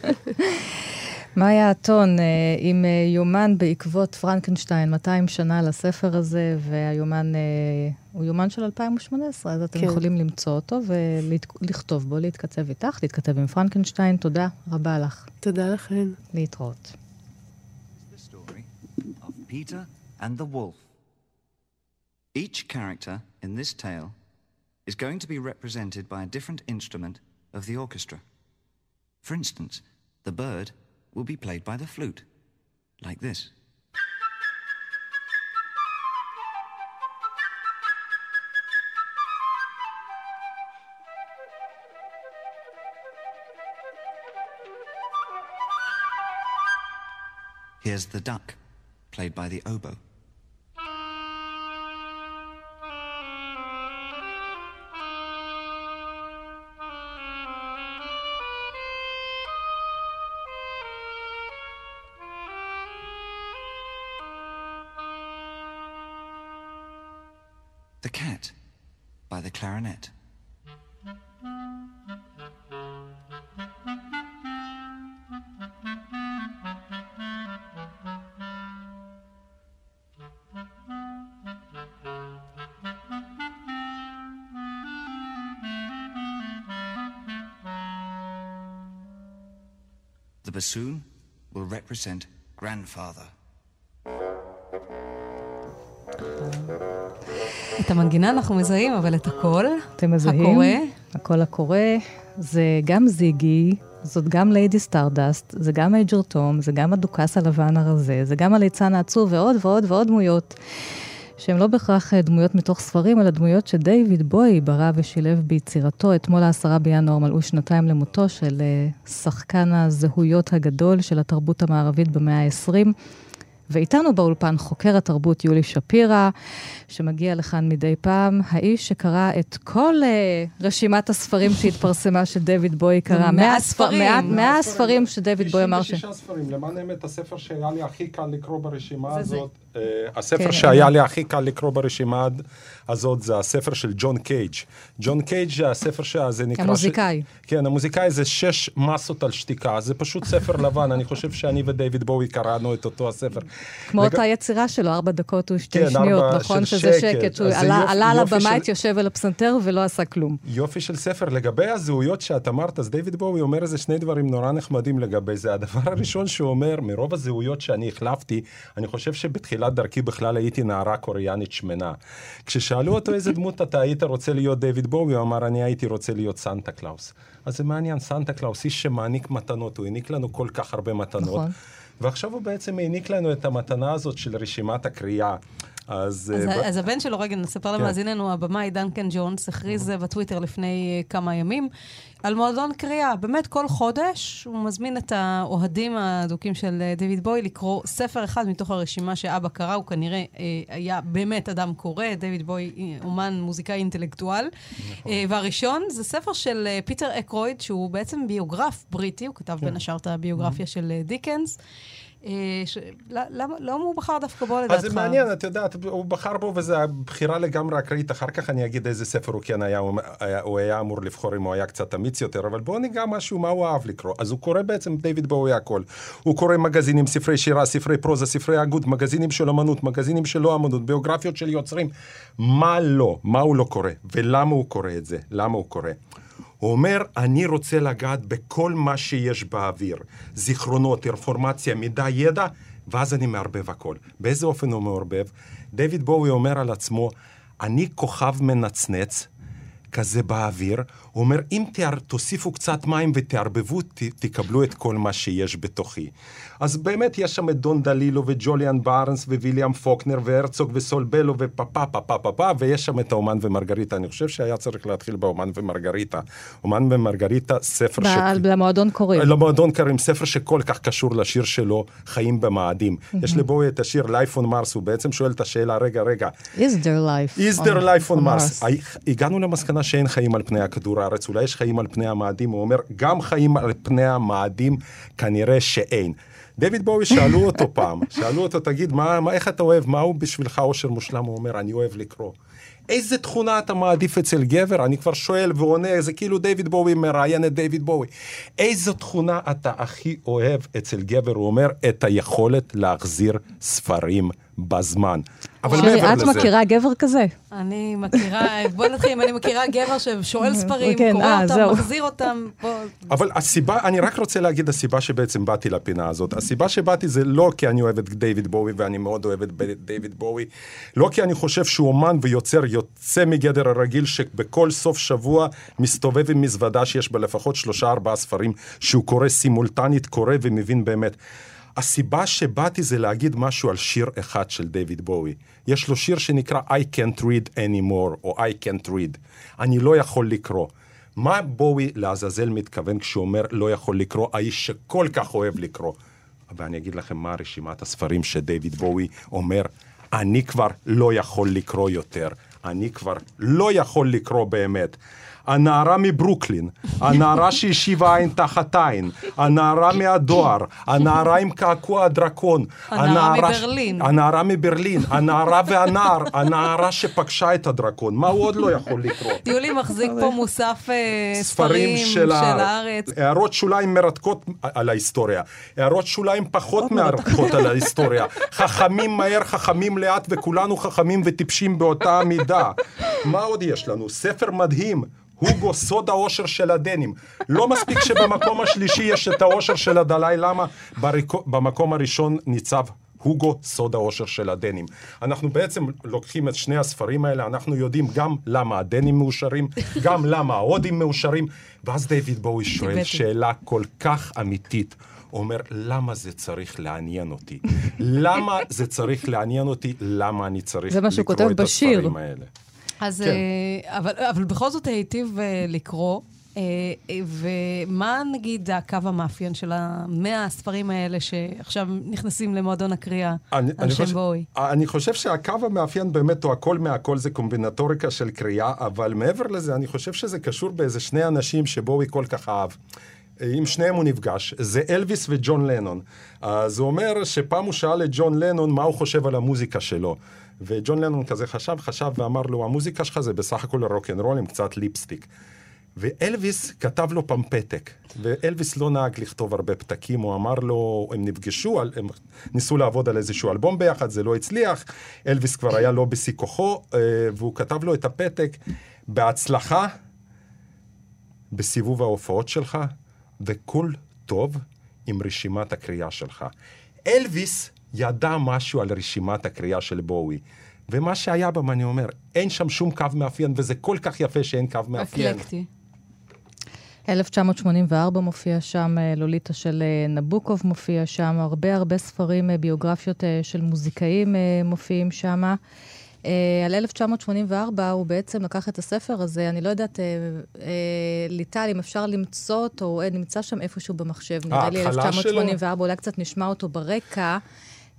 מאיה אתון, עם יומן בעקבות פרנקנשטיין, מאתיים שנה לספר הזה, והיומן הוא יומן של אלפיים ושמונה עשרה, אז אתם יכולים למצוא אותו ולכתוב בו, להתכתב איתך, להתכתב עם פרנקנשטיין. תודה רבה לך. תודה לכן. להתראות. Peter and the Wolf. Each character in this tale is going to be represented by a different instrument of the orchestra. For instance, the bird will be played by the flute, like this. Here's the duck, played by the oboe. The cat, by the clarinet. The bassoon will represent grandfather. את המנגינה אנחנו מזהים, אבל את הקול, אתם מזהים? הקורא. הקול הקורא, זה גם זיגי, זאת גם ליידי סטארדסט, זה גם מייג'ר תום, זה גם הדוכס הלבן הרזה, זה גם הליצן העצוב ועוד ועוד ועוד דמויות, שהן לא בהכרח דמויות מתוך ספרים, אלא דמויות שדייוויד בוי ברא ושילב ביצירתו. אתמול העשרה בינואר מלאו שנתיים למותו של שחקן הזהויות הגדול של התרבות המערבית במאה ה-עשרים, ואיתנו באולפן חוקר התרבות יולי שפירא, שמגיע לכאן מדי פעם, האיש שקרא את כל uh, רשימת הספרים שהתפרסמה שדייוויד בוי קרא. מאה ספרים. מאה ספרים שדייוויד בוי אמר ש... תשעים ושישה ספרים, למען האמת הספר שהיה לי הכי קל לקרוא ברשימה הזאת, uh, הספר שהיה לי הכי קל לקרוא ברשימה הזאת, זה הספר של ג'ון קייג'. ג'ון קייג' זה הספר שזה נקרא... המוזיקאי. כן, המוזיקאי זה שש מסות על שתיקה, זה פשוט ספר לבן, אני חושב שאני ודייוויד בוי קראנו את אותו הספר. כמו אותה יצירה שלו, ארבע דקות ושתי שניות, נכון? שזה שקט, שהוא עלה על הבמה, התיישב על הפסנתר ולא עשה כלום. יופי של ספר. לגבי הזהויות שאת אמרת, אז דייוויד בוי אומר איזה שני דברים נורא נחמדים לגבי זה. הדבר הראשון שהוא אומר, מרוב הזהויות שאני החלפתי, אני חושב שבתחילת דרכי בכלל הייתי נערה קוריאנית שמנה. כששאלו אותו איזה דמות אתה היית רוצה להיות דייוויד בוי, הוא אמר, אני הייתי רוצה להיות סנטה קלאוס. אז זה מעניין, סנטה קלאוס, איש שמעניק מתנות, הוא העניק לנו כל כך הרבה מתנות. נכון. ועכשיו הוא בעצם העניק לנו את המתנה הזאת של רשימת הקריאה. אז, אז, ב... אז הבן שלו, רגע, נספר כן. למאזיננו, הבמאי דנקן ג'ונס, הכריז mm-hmm. בטוויטר לפני כמה ימים, על מועדון קריאה. באמת כל חודש הוא מזמין את האוהדים הדוקים של דייוויד בוי לקרוא ספר אחד מתוך הרשימה שאבא קרא, הוא כנראה היה באמת אדם קורא, דייוויד בוי אומן מוזיקאי אינטלקטואל. נכון. והראשון זה ספר של פיטר אקרויד, שהוא בעצם ביוגרף בריטי, הוא כתב כן. בין השאר את הביוגרפיה mm-hmm. של דיקנס. למה הוא בחר דווקא בו לדעתך? אז זה מעניין, את יודעת, הוא בחר בו וזו הבחירה לגמרי אקראית, אחר כך אני אגיד איזה ספר הוא כן היה, הוא היה אמור לבחור אם הוא היה קצת אמיץ יותר, אבל בואו ניגע משהו, מה הוא אהב לקרוא. אז הוא קורא בעצם דיוויד בואי הכל. הוא קורא מגזינים, ספרי שירה, ספרי פרוזה, ספרי הגות, מגזינים של אמנות, מגזינים של לא אמנות, ביוגרפיות של יוצרים. מה לא? מה הוא לא קורא? ולמה הוא קורא את זה? למה הוא קורא? הוא אומר, אני רוצה לגעת בכל מה שיש באוויר. זיכרונות, אינפורמציה, מידע, ידע, ואז אני מערבב הכל. באיזה אופן הוא מערבב? דיוויד בואי אומר על עצמו, אני כוכב מנצנץ, כזה באוויר. הוא אומר, אם תער, תוסיפו קצת מים ותערבבו, ת, תקבלו את כל מה שיש בתוכי. אז באמת יש שם את דון דלילו וג'וליאן בארנס וויליאם פוקנר והרצוג וסולבלו ופפה, פפה, פפה, ויש שם את האומן ומרגריטה. אני חושב שהיה צריך להתחיל באומן ומרגריטה. אומן ומרגריטה, ספר ש... למועדון קוראים. למועדון קוראים, ספר שכל כך קשור לשיר שלו, חיים במאדים. יש לבואי את השיר Life on Mars, הוא בעצם שואל את השאלה, רגע, רגע. Is there life Is there life on Mars? הגענו למסקנה שאין חיים על פני הכדור הארץ, אולי יש חיים על פני המאדים, הוא אומר, גם חיים על פני המאדים, כנראה שאין. דיוויד בואי שאלו אותו פעם, שאלו אותו, תגיד, מה, מה, איך אתה אוהב, מהו בשבילך אושר מושלם? הוא אומר, אני אוהב לקרוא. איזה תכונה אתה מעדיף אצל גבר? אני כבר שואל ועונה, זה כאילו דיוויד בואי מראיין את דיוויד בואי. איזו תכונה אתה הכי אוהב אצל גבר? הוא אומר, את היכולת להחזיר ספרים בזמן. אבל שירי, את מכירה גבר כזה? אני מכירה, בוא נתחיל, אני מכירה גבר ששואל ספרים, קורא אותם, מחזיר אותם. אבל הסיבה, אני רק רוצה להגיד הסיבה שבעצם באתי לפינה הזאת. הסיבה שבאתי זה לא כי אני אוהב את דיוויד בואי, ואני מאוד אוהב את דיוויד בואי, לא כי אני חושב שהוא אומן ויוצר יוצא מגדר הרגיל, שבכל סוף שבוע מסתובב עם מזוודה שיש בה לפחות שלושה ארבעה ספרים, שהוא קורא סימולטנית, קורא ומבין באמת. הסיבה שבאתי זה להגיד משהו על שיר אחד של דיוויד בואי. יש לו שיר שנקרא I can't read anymore, או I can't read. אני לא יכול לקרוא. מה בואי לעזאזל מתכוון כשהוא אומר לא יכול לקרוא, האיש שכל כך אוהב לקרוא? ואני אגיד לכם מה רשימת הספרים שדיוויד בואי אומר, אני כבר לא יכול לקרוא יותר. אני כבר לא יכול לקרוא באמת. הנערה מברוקלין, הנערה שהשיבה עין תחת עין, הנערה מהדואר, הנערה עם קעקוע הדרקון, הנערה מברלין, הנערה מברלין, הנערה והנער, הנערה שפגשה את הדרקון. מה הוא עוד לא יכול לקרוא? יולי מחזיק פה מוסף ספרים של הארץ. הערות שוליים מרתקות על ההיסטוריה, הערות שוליים פחות מרתקות על ההיסטוריה. חכמים מהר, חכמים לאט, וכולנו חכמים וטיפשים באותה מידה. מה עוד יש לנו? ספר מדהים. הוגו, סוד האושר של הדנים. לא מספיק שבמקום השלישי יש את האושר של הדלאי למה, במקום הראשון ניצב הוגו, סוד האושר של הדנים. אנחנו בעצם לוקחים את שני הספרים האלה, אנחנו יודעים גם למה הדנים מאושרים, גם למה ההודים מאושרים, ואז דיוויד בואי שואל שאלה כל כך אמיתית. הוא אומר, למה זה צריך לעניין אותי? למה זה צריך לעניין אותי? למה אני צריך לקרוא את הספרים האלה? אז, אבל, אבל בכל זאת היטיב לקרוא, ומה נגיד הקו המאפיין של המאה הספרים האלה שעכשיו נכנסים למועדון הקריאה על שם בואי? אני חושב שהקו המאפיין באמת הוא הכל מהכל, זה קומבינטוריקה של קריאה, אבל מעבר לזה אני חושב שזה קשור באיזה שני אנשים שבואי כל כך אהב. עם שניהם הוא נפגש, זה אלוויס וג'ון לנון. אז הוא אומר שפעם הוא שאל את ג'ון לנון מה הוא חושב על המוזיקה שלו. וג'ון לנון כזה חשב, חשב ואמר לו, המוזיקה שלך זה בסך הכל רוק'נ'רול עם קצת ליפסטיק. ואלוויס כתב לו פעם פתק, ואלוויס לא נהג לכתוב הרבה פתקים, הוא אמר לו, הם נפגשו, הם ניסו לעבוד על איזשהו אלבום ביחד, זה לא הצליח, אלוויס כבר היה לא בשיא כוחו, והוא כתב לו את הפתק, בהצלחה, בסיבוב ההופעות שלך, וכל טוב עם רשימת הקריאה שלך. אלוויס ידע משהו על רשימת הקריאה של בואי, ומה שהיה בם, אני אומר, אין שם שום קו מאפיין, וזה כל כך יפה שאין קו מאפיין. אקלקטי. אלף תשע מאות שמונים וארבע מופיע שם, לוליטה של נבוקוב מופיע שם, הרבה הרבה ספרים, ביוגרפיות של מוזיקאים מופיעים שם. על אלף תשע מאות שמונים וארבע הוא בעצם לקח את הספר הזה, אני לא יודעת, ליטל, אם אפשר למצוא אותו, הוא נמצא שם איפשהו במחשב, נראה לי אלף תשע מאות שמונים וארבע, אולי קצת נשמע אותו ברקע.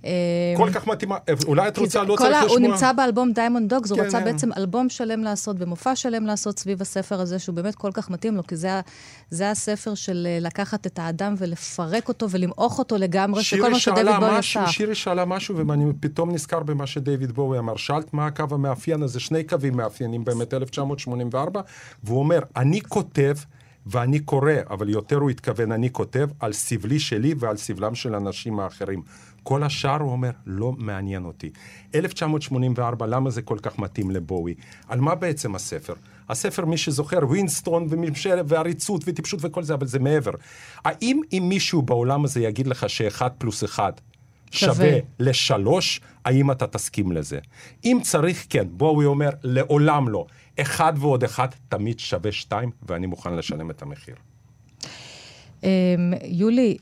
כל כך מתאימה, אולי את רוצה לא כל צריך ה- לשמוע. הוא נמצא באלבום דיימונד דוגס, הוא כן, רצה כן. בעצם אלבום שלם לעשות, ומופע שלם לעשות סביב הספר הזה, שהוא באמת כל כך מתאים לו, כי זה, ה- זה הספר של אה, לקחת את האדם ולפרק אותו ולמעוך אותו לגמרי, שכל מה שדויד בוי משהו, עשה. שירי שאלה משהו, ואני פתאום נזכר במה שדויד בוי אמר. שאלת מה הקו המאפיין הזה, שני קווים מאפיינים באמת אלף תשע מאות שמונים וארבע, והוא אומר, אני כותב ואני קורא, אבל יותר הוא התכוון, אני כותב על סבלי שלי ועל סבלם של אנשים האחרים. כל השאר, הוא אומר, לא מעניין אותי. אלף תשע מאות שמונים וארבע, למה זה כל כך מתאים לבוי? על מה בעצם הספר? הספר, מי שזוכר, ווינסטון וממשל ועריצות וטיפשות וכל זה, אבל זה מעבר. האם אם מישהו בעולם הזה יגיד לך שאחד פלוס אחד שווה, שווה לשלוש, האם אתה תסכים לזה? אם צריך, כן, בואו אומר, לעולם לא. אחד ועוד אחד תמיד שווה שתיים, ואני מוכן לשלם את המחיר. יולי,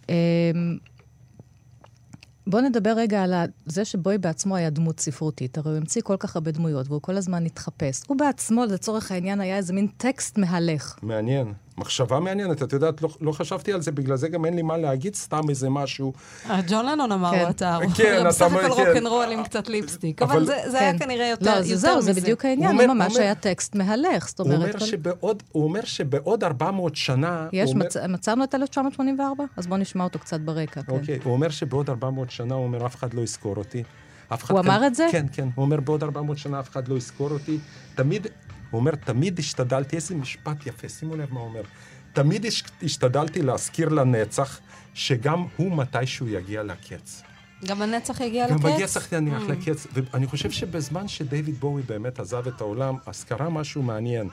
בוא נדבר רגע על זה שבוי בעצמו היה דמות ספרותית. הרי הוא המציא כל כך הרבה דמויות, והוא כל הזמן התחפש. הוא בעצמו, לצורך העניין, היה איזה מין טקסט מהלך. מעניין. מחשבה מעניינת. את יודעת, לא, לא חשבתי על זה, בגלל זה גם אין לי מה להגיד, סתם איזה משהו. ג'ון לנון אמר לו, אתה בסך הכל רוק'נ'רול עם קצת ליפסטיק, אבל זה היה כנראה יותר מזה. לא, זהו, זה בדיוק העניין, הוא ממש היה טקסט מהלך. הוא אומר שבעוד ארבע מאות שנה... מצאנו את אלף תשע מאות שמונים וארבע? אז בואו נשמע אותו קצת ברקע. אוקיי, הוא אומר שבעוד ארבע מאות שנה, הוא אומר, אף אחד לא יזכור אותי. הוא אמר את זה? כן, כן. הוא אומר, בעוד ארבע מאות שנה אף אחד לא יזכור אותי. תמיד, הוא אומר, תמיד השתדלתי, איזה משפט יפה, שימו לב מה הוא אומר. תמיד השתדלתי להזכיר לנצח, שגם הוא מתישהו יגיע לקץ. גם הנצח יגיע לקץ? גם הנצח יניח לקץ. ואני חושב שבזמן שדייוויד בואי באמת עזב את העולם, אז קרה משהו מעניין.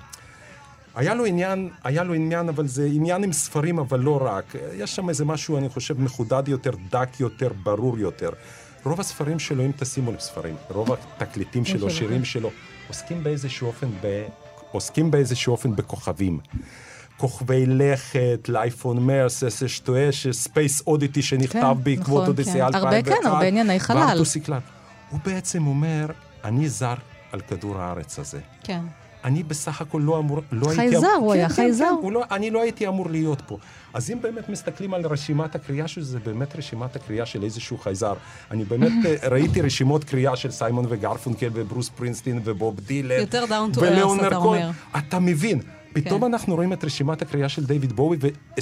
היה לו עניין, היה לו עניין, אבל זה עניין עם ספרים, אבל לא רק. יש שם איזה משהו, אני חושב, מחודד יותר, דק יותר, ברור יותר. רוב הספרים שלו, אם תשימו לב ספרים, רוב התקליטים שלו, שירים שלו, עוסקים באיזשהו אופן, ב... עוסקים באיזשהו אופן בכוכבים. כוכבי לכת, Life on Mars, אס אש טו אש, Space Oddity שנכתב בעקבות אודיסאה אלפיים ואחת. הרבה כן, הרבה ענייני חלל. הוא בעצם אומר, אני זר על כדור הארץ הזה. כן. אני בסך הכל לא אמור... חייזר, הוא היה חייזר. אני לא הייתי אמור להיות פה. אז אם באמת מסתכלים על רשימת הקריאה, שזה באמת רשימת הקריאה של איזשהו חייזר. אני באמת ראיתי רשימות קריאה של סיימון וגרפונקל וברוס פרינסטין ובוב דילן. יותר דאון טו ארס, אתה אומר. אתה מבין. פתאום אנחנו רואים את רשימת הקריאה של דיוויד בואי,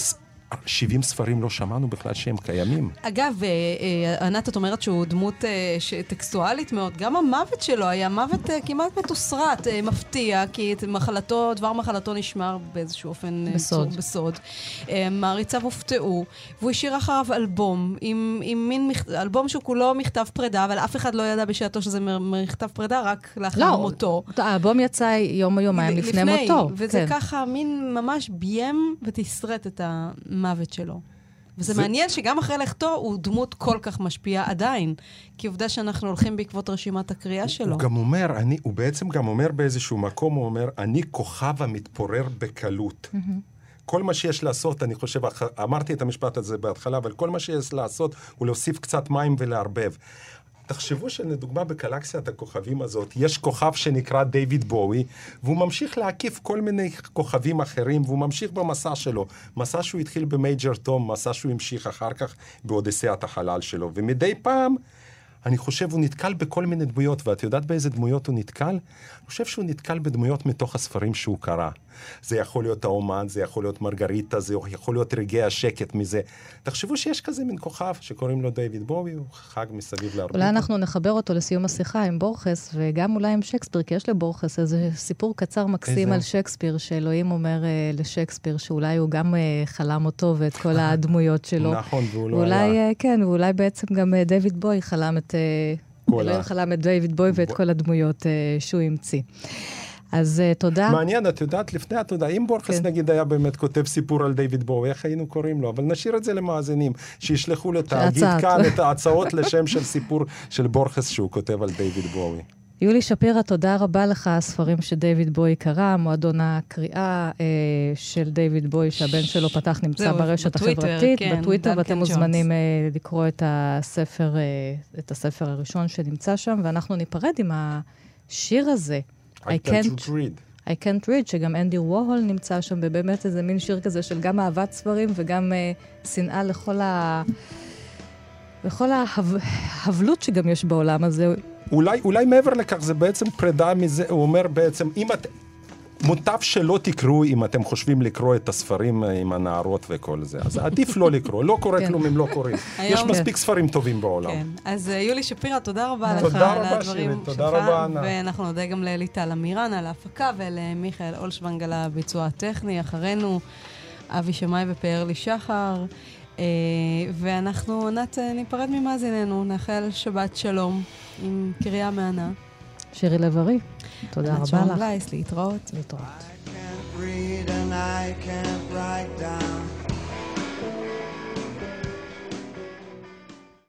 ו-שבעים ספרים לא שמענו בכלל שהם קיימים. אגב, ענת, את אומרת שהוא דמות טקסטואלית מאוד. גם המוות שלו היה מוות כמעט מתוסרט, מפתיע, כי מחלתו, דבר מחלתו נשמר באיזשהו אופן בסוד. בסוד. מעריציו הופתעו, והוא השאיר אחריו אלבום, עם, עם מין מכ... אלבום שהוא כולו מכתב פרידה, אבל אף אחד לא ידע בשעתו שזה מכתב פרידה, רק לאחר לא, מותו. האלבום יצא יום או יומיים לפני, לפני מותו. וזה כן. ככה מין ממש ביים ותסרט את המוות שלו. וזה זה... מעניין שגם אחרי לכתו הוא דמות כל כך משפיעה עדיין, כי עובדה שאנחנו הולכים בעקבות רשימת הקריאה שלו. הוא גם אומר, אני, הוא בעצם גם אומר באיזשהו מקום, הוא אומר, אני כוכב המתפורר בקלות. Mm-hmm. כל מה שיש לעשות, אני חושב, אמרתי את המשפט הזה בהתחלה, אבל כל מה שיש לעשות הוא להוסיף קצת מים ולהרבב. תחשבו שלדוגמה בקלקסיית הכוכבים הזאת, יש כוכב שנקרא דיוויד בואי, והוא ממשיך להקיף כל מיני כוכבים אחרים, והוא ממשיך במסע שלו. מסע שהוא התחיל במייג'ר תום, מסע שהוא המשיך אחר כך באודיסיית החלל שלו. ומדי פעם, אני חושב, הוא נתקל בכל מיני דמויות, ואת יודעת באיזה דמויות הוא נתקל? אני חושב שהוא נתקל בדמויות מתוך הספרים שהוא קרא. זה יכול להיות האומן, זה יכול להיות מרגריטה, זה יכול להיות רגעי השקט מזה. תחשבו שיש כזה מין כוכב שקוראים לו דיוויד בואי, הוא חג מסביב להרבה. אולי אנחנו נחבר אותו לסיום השיחה עם בורכס, וגם אולי עם שייקספיר, כי יש לבורכס איזה סיפור קצר מקסים איזה? על שייקספיר, שאלוהים אומר uh, לשייקספיר, שאולי הוא גם uh, חלם אותו ואת כל הדמויות שלו. נכון, והוא לא ואולי, היה. Uh, כן, ואולי בעצם גם uh, דיוויד בואי חלם את... Uh, אלוהים חלם את דיוויד בואי ואת כל הדמויות uh, שהוא המציא. אז uh, תודה. מעניין, את יודעת, לפני התודה, אם בורכס כן. נגיד היה באמת כותב סיפור על דיוויד בואי, איך היינו קוראים לו? אבל נשאיר את זה למאזינים, שישלחו לתאגיד כאן את ההצעות לשם של סיפור של בורכס שהוא כותב על דיוויד בואי. יולי שפירא, תודה רבה לך, הספרים שדיוויד בואי קרא, מועדון הקריאה אה, של דיוויד בואי, שהבן שלו פתח, נמצא ברשת החברתית, כן, בטוויטר, ואתם מוזמנים אה, לקרוא את הספר, אה, את הספר הראשון שנמצא שם, ואנחנו ניפרד עם השיר הזה. I can't read. I can't read, שגם אנדי וורהול נמצא שם, ובאמת איזה מין שיר כזה של גם אהבת ספרים, וגם uh, שנאה לכל ה... וכל ההבלות שגם יש בעולם הזה. אולי, אולי מעבר לכך זה בעצם פרידה מזה, הוא אומר בעצם, אם את... מוטב שלא תקראו אם אתם חושבים לקרוא את הספרים עם הנערות וכל זה. אז עדיף לא לקרוא, לא קורא כלום אם לא קוראים. יש מספיק ספרים טובים בעולם. כן, אז יולי שפירא, תודה רבה לך על הדברים שלך. תודה רבה, ענה. ואנחנו נודה גם לליטל אמירן על ההפקה ולמיכאל אולשוונג על הביצוע הטכני. אחרינו אבי שמאי ופאר שחר. ואנחנו ענת ניפרד ממאזיננו, נאחל שבת שלום עם קריאה מענה. שירי לב-ארי. תודה רבה לך. שרון בלייס, להתראות. להתראות. I can't read and I can't write down